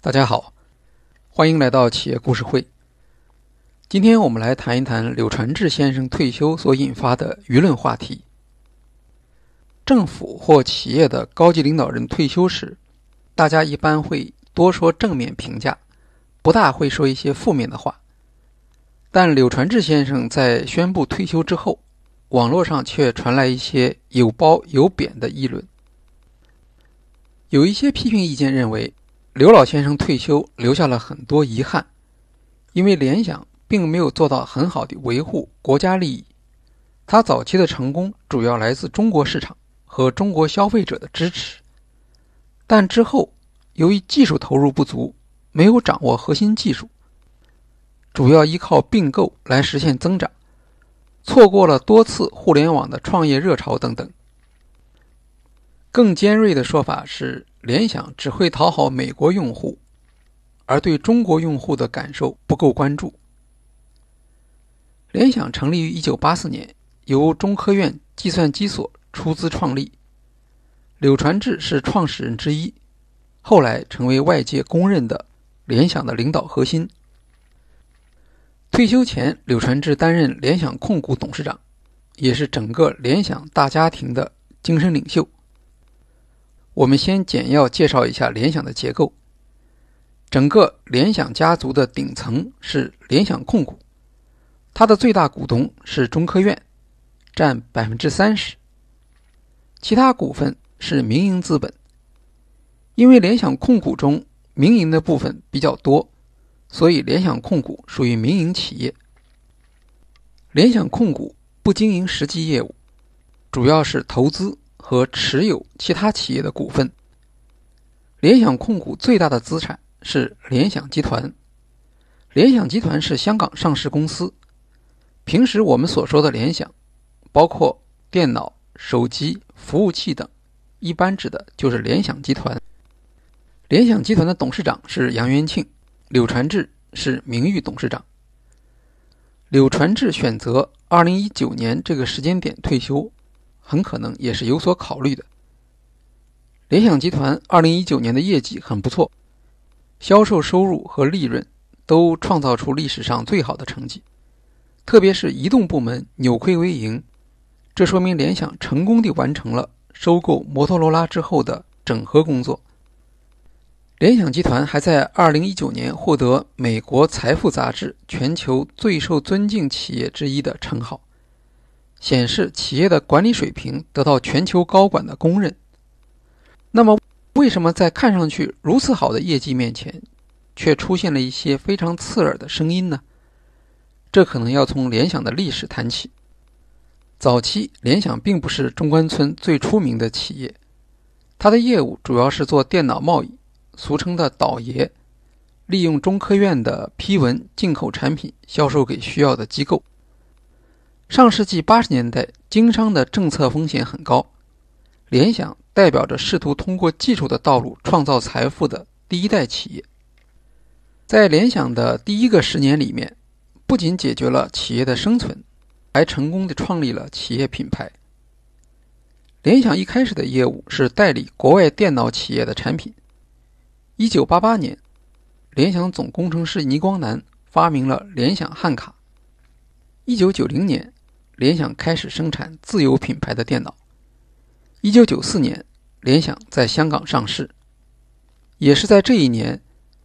大家好，欢迎来到企业故事会。今天我们来谈一谈柳传志先生退休所引发的舆论话题。政府或企业的高级领导人退休时，大家一般会多说正面评价，不大会说一些负面的话。但柳传志先生在宣布退休之后，网络上却传来一些有褒有贬的议论。有一些批评意见认为，刘老先生退休留下了很多遗憾，因为联想并没有做到很好地维护国家利益。他早期的成功主要来自中国市场和中国消费者的支持，但之后由于技术投入不足，没有掌握核心技术，主要依靠并购来实现增长，错过了多次互联网的创业热潮等等。更尖锐的说法是，联想只会讨好美国用户，而对中国用户的感受不够关注。联想成立于1984年，由中科院计算机所出资创立，柳传志是创始人之一，后来成为外界公认的联想的领导核心。退休前，柳传志担任联想控股董事长，也是整个联想大家庭的精神领袖。我们先简要介绍一下联想的结构。整个联想家族的顶层是联想控股，它的最大股东是中科院，占 30%， 其他股份是民营资本。因为联想控股中民营的部分比较多，所以联想控股属于民营企业。联想控股不经营实际业务，主要是投资和持有其他企业的股份。联想控股最大的资产是联想集团。联想集团是香港上市公司。平时我们所说的联想，包括电脑、手机、服务器等，一般指的就是联想集团。联想集团的董事长是杨元庆，柳传志是名誉董事长。柳传志选择2019年这个时间点退休，很可能也是有所考虑的。联想集团2019年的业绩很不错，销售收入和利润都创造出历史上最好的成绩，特别是移动部门扭亏为盈，这说明联想成功地完成了收购摩托罗拉之后的整合工作。联想集团还在2019年获得美国财富杂志全球最受尊敬企业之一的称号，显示企业的管理水平得到全球高管的公认。那么为什么在看上去如此好的业绩面前，却出现了一些非常刺耳的声音呢？这可能要从联想的历史谈起。早期联想并不是中关村最出名的企业，它的业务主要是做电脑贸易，俗称的倒爷，利用中科院的批文进口产品销售给需要的机构。上世纪80年代，经商的政策风险很高，联想代表着试图通过技术的道路创造财富的第一代企业。在联想的第一个10年里面，不仅解决了企业的生存，还成功地创立了企业品牌。联想一开始的业务是代理国外电脑企业的产品。1988年，联想总工程师倪光南发明了联想汉卡。1990年，联想开始生产自有品牌的电脑。1994年，联想在香港上市。也是在这一年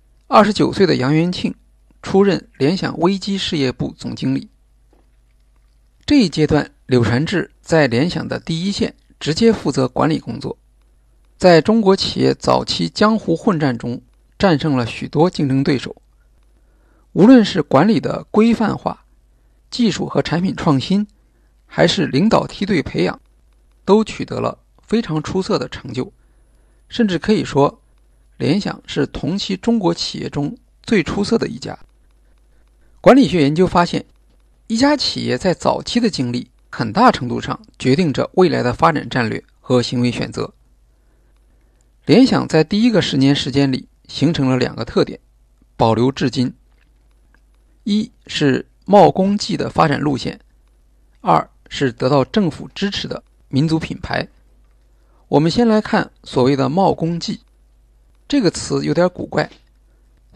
，29岁的杨元庆出任联想微机事业部总经理。这一阶段，柳传志在联想的第一线直接负责管理工作，在中国企业早期江湖混战中战胜了许多竞争对手。无论是管理的规范化、技术和产品创新，还是领导梯队培养，都取得了非常出色的成就。甚至可以说，联想是同期中国企业中最出色的一家。管理学研究发现，一家企业在早期的经历很大程度上决定着未来的发展战略和行为选择。联想在第一个10年时间里形成了2个特点，保留至今。一是冒功绩的发展路线，二是得到政府支持的民族品牌。我们先来看所谓的冒功绩，这个词有点古怪，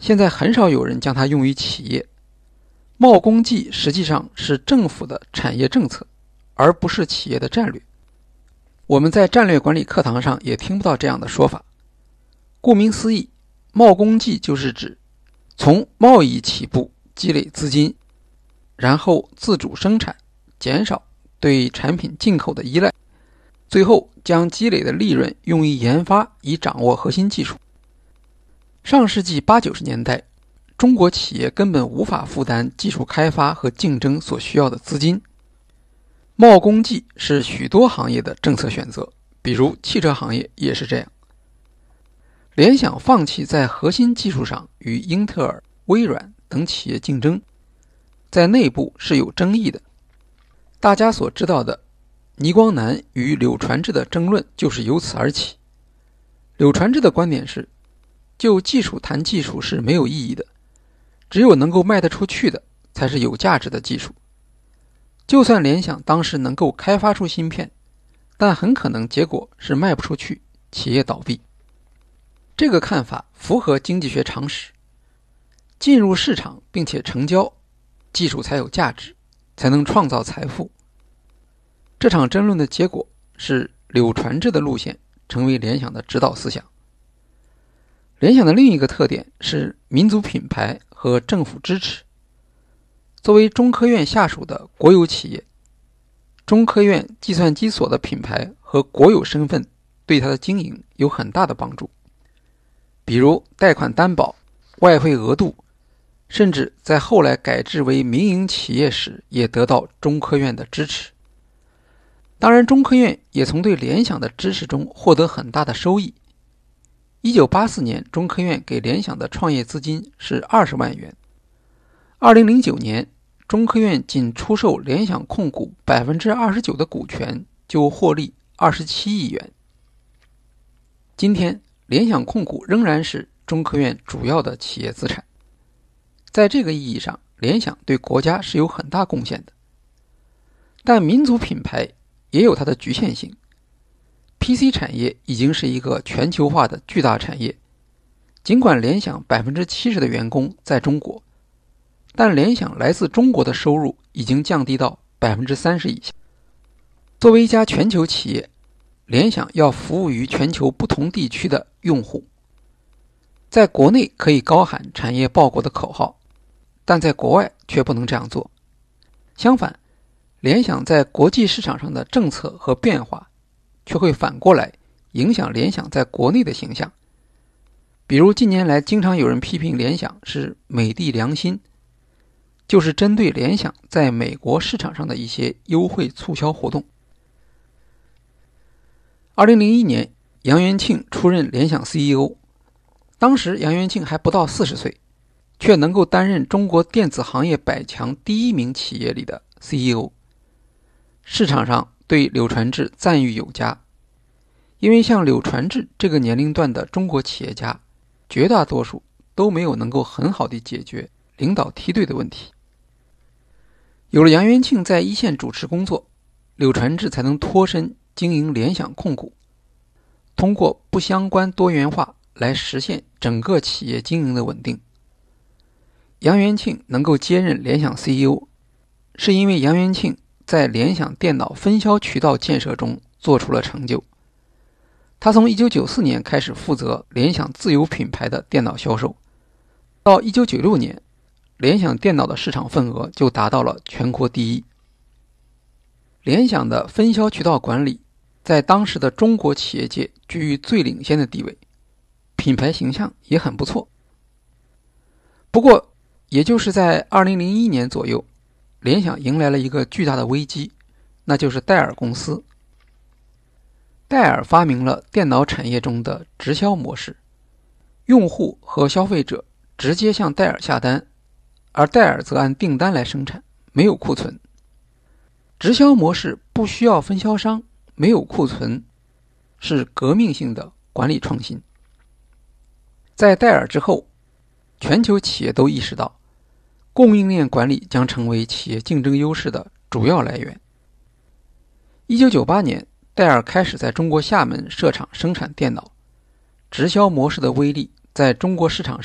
现在很少有人将它用于企业。冒功绩实际上是政府的产业政策，而不是企业的战略。我们在战略管理课堂上也听不到这样的说法。顾名思义，冒功绩就是指从贸易起步积累资金，然后自主生产，减少对产品进口的依赖，最后将积累的利润用于研发，以掌握核心技术。上世纪80、90年代，中国企业根本无法负担技术开发和竞争所需要的资金。冒功绩是许多行业的政策选择，比如汽车行业也是这样。联想放弃在核心技术上与英特尔、微软等企业竞争，在内部是有争议的。大家所知道的倪光南与柳传志的争论就是由此而起。柳传志的观点是，就技术谈技术是没有意义的，只有能够卖得出去的才是有价值的技术。就算联想当时能够开发出芯片，但很可能结果是卖不出去，企业倒闭。这个看法符合经济学常识。进入市场并且成交，技术才有价值，才能创造财富。这场争论的结果是柳传志的路线成为联想的指导思想。联想的另一个特点是民族品牌和政府支持。作为中科院下属的国有企业，中科院计算机所的品牌和国有身份对它的经营有很大的帮助。比如贷款担保、外汇额度，甚至在后来改制为民营企业时也得到中科院的支持。当然，中科院也从对联想的支持中获得很大的收益。1984年，中科院给联想的创业资金是20万元。2009年，中科院仅出售联想控股 29% 的股权就获利27亿元。今天，联想控股仍然是中科院主要的企业资产。在这个意义上，联想对国家是有很大贡献的。但民族品牌也有它的局限性。PC 产业已经是一个全球化的巨大产业，尽管联想 70% 的员工在中国，但联想来自中国的收入已经降低到 30% 以下。作为一家全球企业，联想要服务于全球不同地区的用户。在国内可以高喊产业报国的口号，但在国外却不能这样做。相反，联想在国际市场上的政策和变化却会反过来影响联想在国内的形象。比如近年来经常有人批评联想是美的良心，就是针对联想在美国市场上的一些优惠促销活动。2001年，杨元庆出任联想 CEO， 当时杨元庆还不到40岁，却能够担任中国电子行业100强第1名企业里的 CEO。 市场上对柳传志赞誉有加，因为像柳传志这个年龄段的中国企业家，绝大多数都没有能够很好地解决领导梯队的问题。有了杨元庆在一线主持工作，柳传志才能脱身经营联想控股，通过不相关多元化来实现整个企业经营的稳定。杨元庆能够接任联想 CEO， 是因为杨元庆在联想电脑分销渠道建设中做出了成就。他从1994年开始负责联想自有品牌的电脑销售，到1996年，联想电脑的市场份额就达到了全国第一。联想的分销渠道管理在当时的中国企业界居于最领先的地位，品牌形象也很不错。不过，也就是在2001年左右，联想迎来了一个巨大的危机，那就是戴尔公司。戴尔发明了电脑产业中的直销模式，用户和消费者直接向戴尔下单，而戴尔则按订单来生产，没有库存。直销模式不需要分销商，没有库存，是革命性的管理创新。在戴尔之后，全球企业都意识到，供应链管理将成为企业竞争优势的主要来源。1998年，戴尔开始在中国厦门设厂生产电脑，直销模式的威力在中国市场上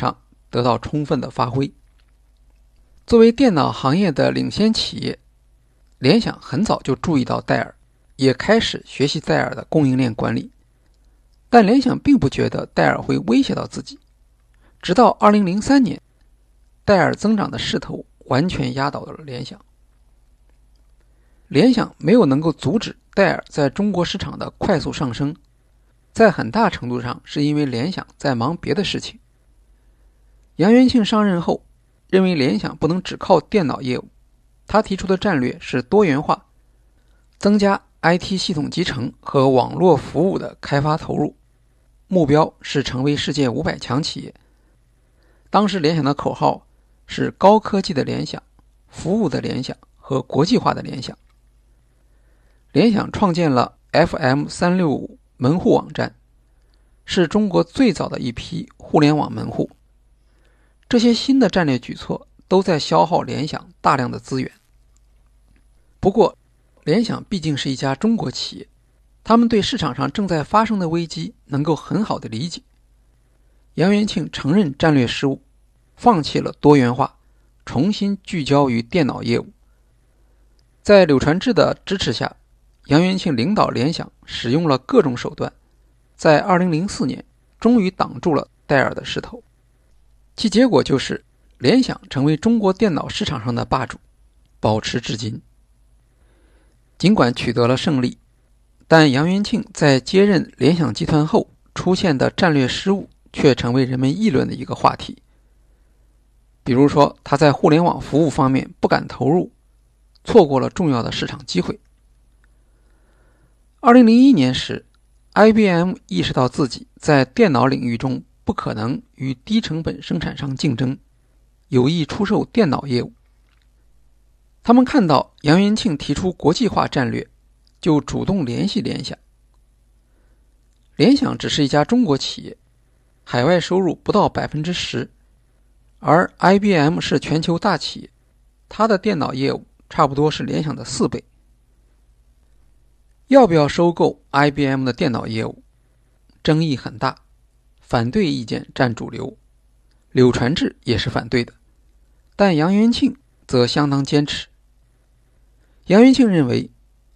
得到充分的发挥。作为电脑行业的领先企业，联想很早就注意到戴尔，也开始学习戴尔的供应链管理。但联想并不觉得戴尔会威胁到自己，直到2003年，戴尔增长的势头完全压倒了联想。联想没有能够阻止戴尔在中国市场的快速上升，在很大程度上是因为联想在忙别的事情。杨元庆上任后，认为联想不能只靠电脑业务，他提出的战略是多元化，增加 IT 系统集成和网络服务的开发投入，目标是成为世界500强企业。当时联想的口号是高科技的联想、服务的联想和国际化的联想。联想创建了 FM365 门户网站，是中国最早的一批互联网门户。这些新的战略举措都在消耗联想大量的资源。不过，联想毕竟是一家中国企业，他们对市场上正在发生的危机能够很好的理解。杨元庆承认战略失误，放弃了多元化，重新聚焦于电脑业务。在柳传志的支持下，杨元庆领导联想使用了各种手段，在2004年终于挡住了戴尔的势头。其结果就是联想成为中国电脑市场上的霸主，保持至今。尽管取得了胜利，但杨元庆在接任联想集团后出现的战略失误却成为人们议论的一个话题。比如说，他在互联网服务方面不敢投入，错过了重要的市场机会。2001年时， IBM 意识到自己在电脑领域中不可能与低成本生产商竞争，有意出售电脑业务。他们看到杨元庆提出国际化战略，就主动联系联想。联想只是一家中国企业，海外收入不到 10%， 而 IBM 是全球大企业，它的电脑业务差不多是联想的4倍。要不要收购 IBM 的电脑业务？争议很大，反对意见占主流，柳传志也是反对的，但杨元庆则相当坚持。杨元庆认为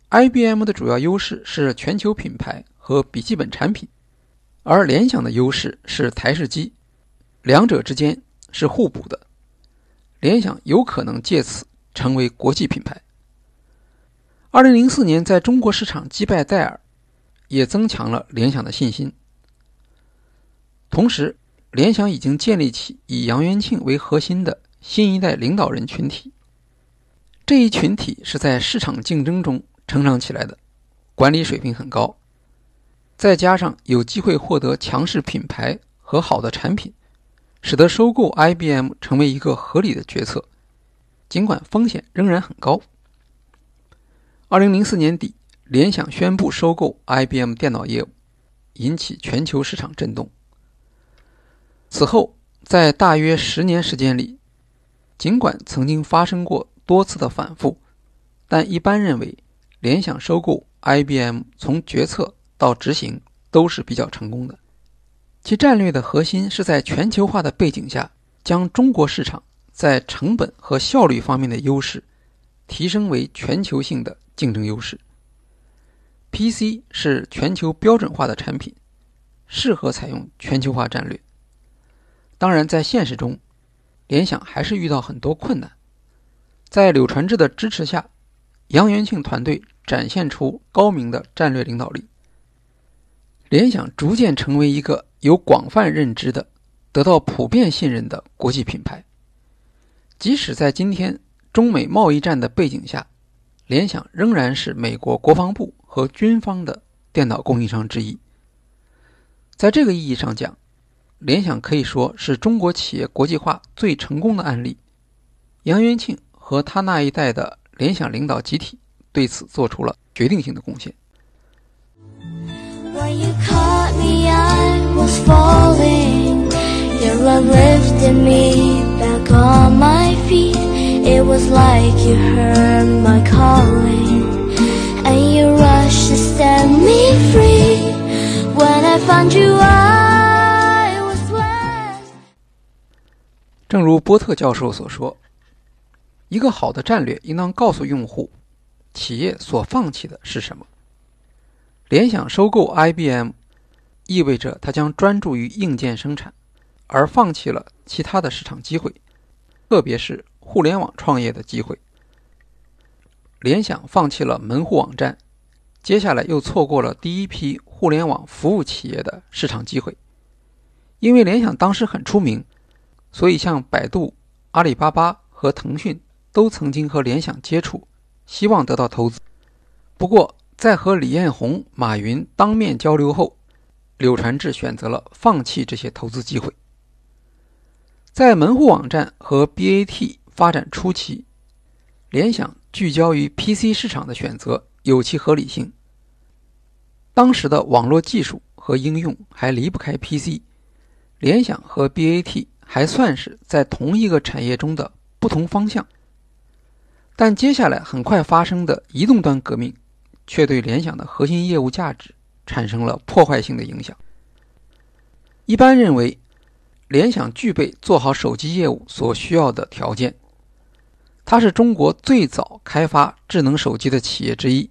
IBM 的主要优势是全球品牌和笔记本产品，而联想的优势是台式机，两者之间是互补的，联想有可能借此成为国际品牌。2004年在中国市场击败戴尔，也增强了联想的信心。同时，联想已经建立起以杨元庆为核心的新一代领导人群体。这一群体是在市场竞争中成长起来的，管理水平很高，再加上有机会获得强势品牌和好的产品，使得收购 IBM 成为一个合理的决策，尽管风险仍然很高。2004年底，联想宣布收购 IBM 电脑业务，引起全球市场震动。此后，在大约10年时间里，尽管曾经发生过多次的反复，但一般认为联想收购 IBM 从决策到执行都是比较成功的。其战略的核心是在全球化的背景下，将中国市场在成本和效率方面的优势提升为全球性的竞争优势。PC 是全球标准化的产品，适合采用全球化战略。当然，在现实中，联想还是遇到很多困难。在柳传志的支持下，杨元庆团队展现出高明的战略领导力，联想逐渐成为一个有广泛认知的、得到普遍信任的国际品牌。即使在今天中美贸易战的背景下，联想仍然是美国国防部和军方的电脑供应商之一。在这个意义上讲，联想可以说是中国企业国际化最成功的案例。杨元庆和他那一代的联想领导集体对此做出了决定性的贡献。 When you caught me, I was falling. Your love lifted me back on my feet. It was like you heard my calling, and you rushed to set me free. When I found you, I was blessed. 正如波特教授所说，一个好的战略应当告诉用户，企业所放弃的是什么。联想收购 IBM 意味着它将专注于硬件生产，而放弃了其他的市场机会，特别是互联网创业的机会。联想放弃了门户网站，接下来又错过了第一批互联网服务企业的市场机会。因为联想当时很出名，所以像百度、阿里巴巴和腾讯都曾经和联想接触，希望得到投资。不过在和李彦宏、马云当面交流后，柳传志选择了放弃这些投资机会。在门户网站和 BAT 发展初期，联想聚焦于 PC 市场的选择有其合理性。当时的网络技术和应用还离不开 PC， 联想和 BAT 还算是在同一个产业中的不同方向。但接下来很快发生的移动端革命却对联想的核心业务价值产生了破坏性的影响。一般认为，联想具备做好手机业务所需要的条件。它是中国最早开发智能手机的企业之一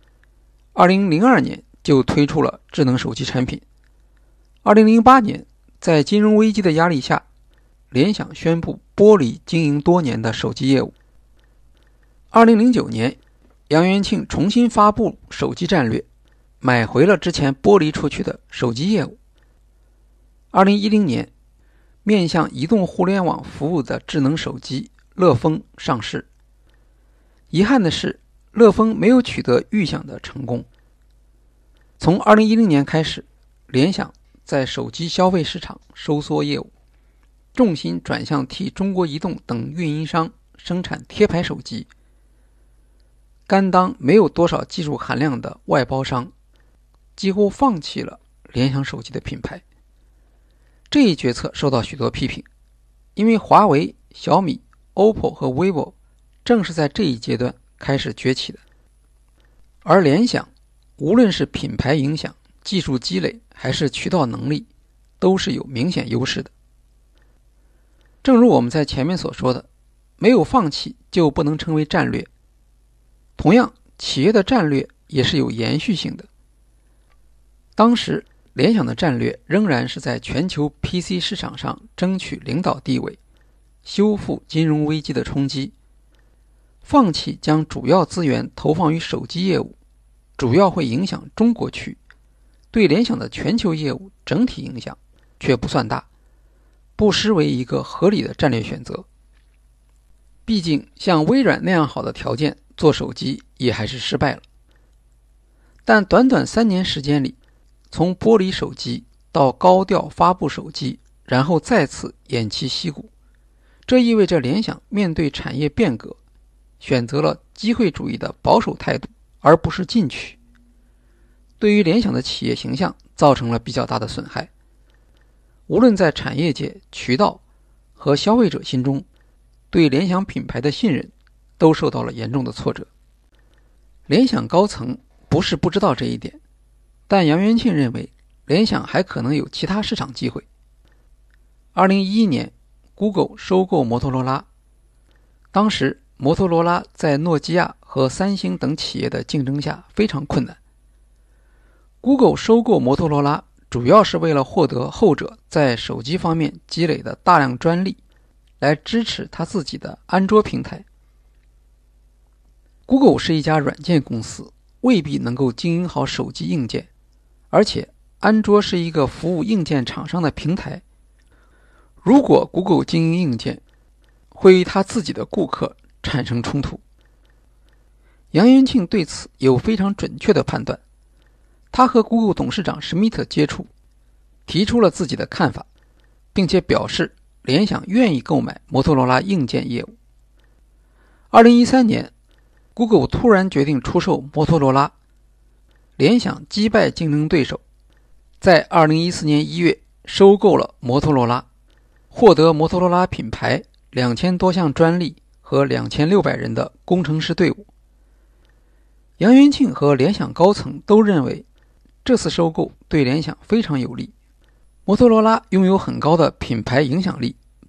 ，2002年就推出了智能手机产品。2008年，在金融危机的压力下，联想宣布剥离经营多年的手机业务。2009年，杨元庆重新发布手机战略，买回了之前剥离出去的手机业务。2010年，面向移动互联网服务的智能手机乐风上市。遗憾的是，乐风没有取得预想的成功。从2010年开始，联想在手机消费市场收缩业务，重心转向替中国移动等运营商生产贴牌手机，甘当没有多少技术含量的外包商，几乎放弃了联想手机的品牌。这一决策受到许多批评，因为华为、小米、OPPO 和 vivo 正是在这一阶段开始崛起的，而联想无论是品牌影响、技术积累还是渠道能力，都是有明显优势的。正如我们在前面所说的，没有放弃就不能称为战略。同样，企业的战略也是有延续性的。当时联想的战略仍然是在全球 PC 市场上争取领导地位，修复金融危机的冲击。放弃将主要资源投放于手机业务，主要会影响中国区，对联想的全球业务整体影响却不算大，不失为一个合理的战略选择。毕竟像微软那样好的条件做手机也还是失败了。但短短3年时间里，从剥离手机到高调发布手机，然后再次偃旗息鼓，这意味着联想面对产业变革选择了机会主义的保守态度，而不是进取，对于联想的企业形象造成了比较大的损害。无论在产业界、渠道和消费者心中，对联想品牌的信任都受到了严重的挫折。联想高层不是不知道这一点，但杨元庆认为联想还可能有其他市场机会。2011年 Google 收购摩托罗拉，当时摩托罗拉在诺基亚和三星等企业的竞争下非常困难。Google 收购摩托罗拉主要是为了获得后者在手机方面积累的大量专利，来支持他自己的安卓平台。Google 是一家软件公司，未必能够经营好手机硬件，而且安卓是一个服务硬件厂商的平台。如果 Google 经营硬件，会与他自己的顾客产生冲突。杨元庆对此有非常准确的判断，他和 Google 董事长史密特接触，提出了自己的看法，并且表示联想愿意购买摩托罗拉硬件业务。2013年 Google 突然决定出售摩托罗拉，联想击败竞争对手，在2014年1月收购了摩托罗拉，获得摩托罗拉品牌2000多项专利和2600人的工程师队伍。杨元庆和联想高层都认为这次收购对联想非常有利。摩托罗拉拥有很高的品牌影响力，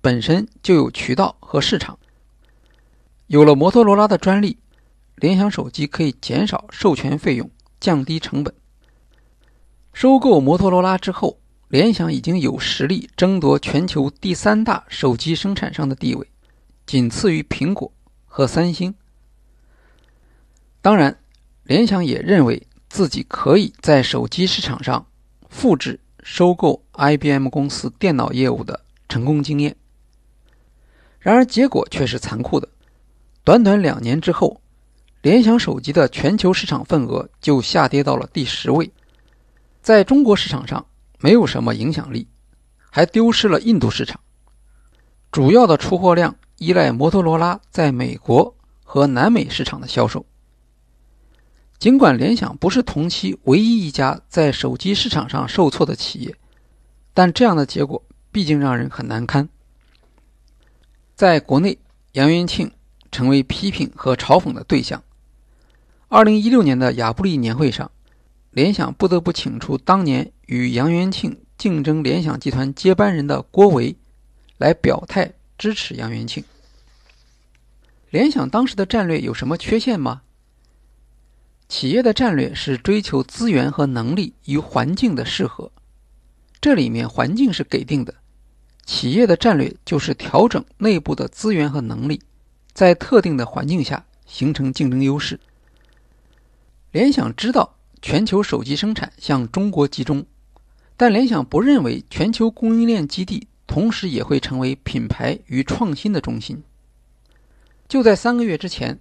本身就有渠道和市场。有了摩托罗拉的专利，联想手机可以减少授权费用，降低成本。收购摩托罗拉之后，联想已经有实力争夺全球第3大手机生产商的地位，仅次于苹果和三星。当然，联想也认为自己可以在手机市场上复制收购 IBM 公司电脑业务的成功经验。然而结果却是残酷的，短短2年之后，联想手机的全球市场份额就下跌到了第10位，在中国市场上没有什么影响力，还丢失了印度市场。主要的出货量依赖摩托罗拉在美国和南美市场的销售。尽管联想不是同期唯一一家在手机市场上受挫的企业，但这样的结果毕竟让人很难堪。在国内，杨元庆成为批评和嘲讽的对象。2016年的亚布力年会上，联想不得不请出当年与杨元庆竞争联想集团接班人的郭维来表态支持杨元庆。联想当时的战略有什么缺陷吗？企业的战略是追求资源和能力与环境的适合，这里面环境是给定的，企业的战略就是调整内部的资源和能力，在特定的环境下形成竞争优势。联想知道全球手机生产向中国集中，但联想不认为全球供应链基地同时也会成为品牌与创新的中心。就在3个月之前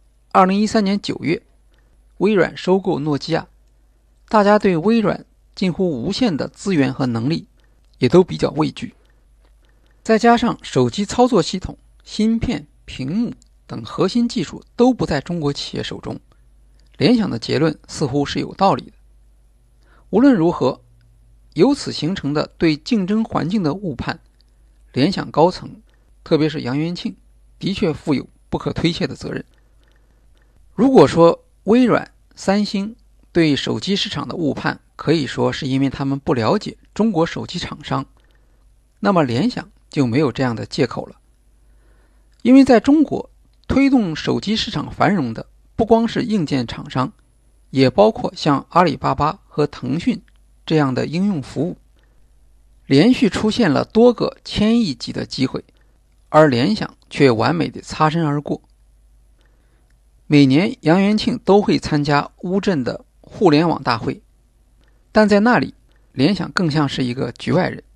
，2013年9月，微软收购诺基亚，大家对微软近乎无限的资源和能力也都比较畏惧。再加上手机操作系统、芯片、屏幕等核心技术都不在中国企业手中，联想的结论似乎是有道理的。无论如何，由此形成的对竞争环境的误判，联想高层，特别是杨元庆，的确负有不可推卸的责任。如果说微软、三星对手机市场的误判可以说是因为他们不了解中国手机厂商，那么联想就没有这样的借口了。因为在中国，推动手机市场繁荣的不光是硬件厂商，也包括像阿里巴巴和腾讯这样的应用服务。连续出现了多个1000亿级的机会，而联想却完美地擦身而过。每年杨元庆都会参加乌镇的互联网大会，但在那里，联想更像是一个局外人。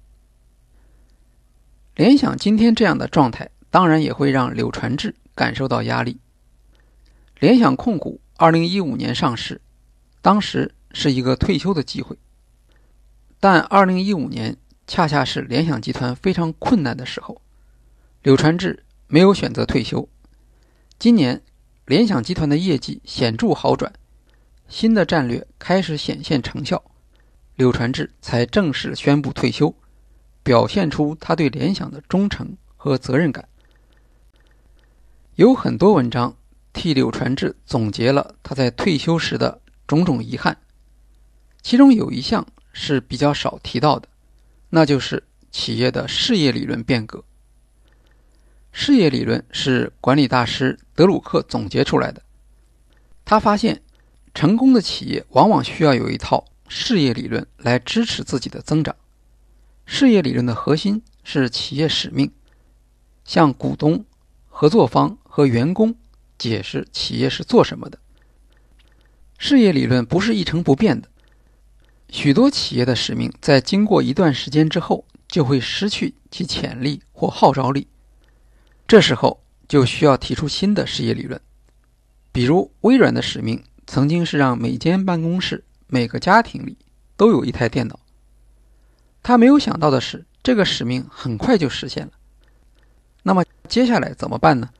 联想今天这样的状态，当然也会让柳传志感受到压力。联想控股2015年上市，当时是一个退休的机会，但2015年恰恰是联想集团非常困难的时候，柳传志没有选择退休。今年联想集团的业绩显著好转，新的战略开始显现成效，柳传志才正式宣布退休，表现出他对联想的忠诚和责任感。有很多文章替柳传志总结了他在退休时的种种遗憾，其中有一项是比较少提到的，那就是企业的事业理论变革。事业理论是管理大师德鲁克总结出来的，他发现成功的企业往往需要有一套事业理论来支持自己的增长。事业理论的核心是企业使命，向股东、合作方和员工解释企业是做什么的。事业理论不是一成不变的，许多企业的使命在经过一段时间之后就会失去其潜力或号召力，这时候就需要提出新的事业理论。比如微软的使命曾经是让每间办公室、每个家庭里都有一台电脑，他没有想到的是，这个使命很快就实现了。那么接下来怎么办呢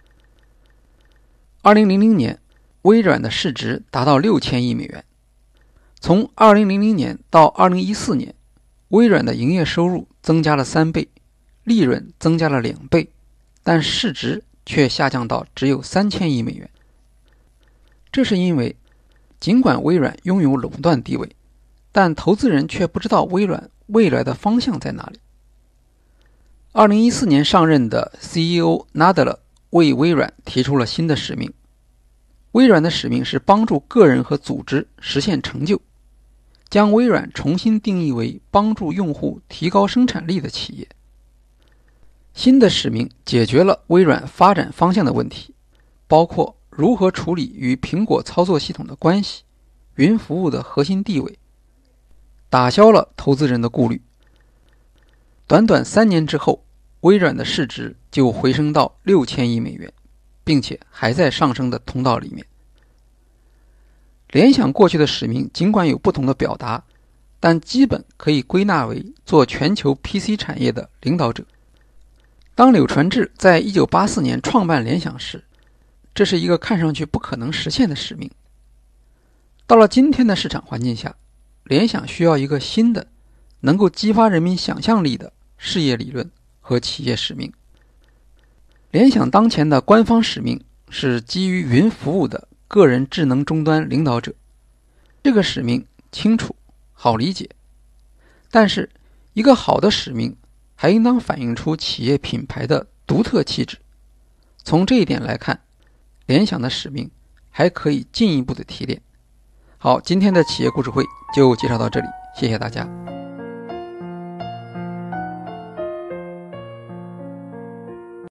？2000年，微软的市值达到6000亿美元。从2000年到2014年，微软的营业收入增加了3倍，利润增加了2倍，但市值却下降到只有3000亿美元。这是因为，尽管微软拥有垄断地位，但投资人却不知道微软未来的方向在哪里。 2014年上任的 CEO Nadella 为微软提出了新的使命。微软的使命是帮助个人和组织实现成就，将微软重新定义为帮助用户提高生产力的企业。新的使命解决了微软发展方向的问题，包括如何处理与苹果操作系统的关系、云服务的核心地位，打消了投资人的顾虑。短短3年之后，微软的市值就回升到6000亿美元，并且还在上升的通道里面。联想过去的使命尽管有不同的表达，但基本可以归纳为做全球 PC 产业的领导者。当柳传志在1984年创办联想时，这是一个看上去不可能实现的使命。到了今天的市场环境下，联想需要一个新的能够激发人民想象力的事业理论和企业使命。联想当前的官方使命是基于云服务的个人智能终端领导者，这个使命清楚好理解，但是一个好的使命还应当反映出企业品牌的独特气质。从这一点来看，联想的使命还可以进一步的提炼。好，今天的企业故事会就介绍到这里，谢谢大家。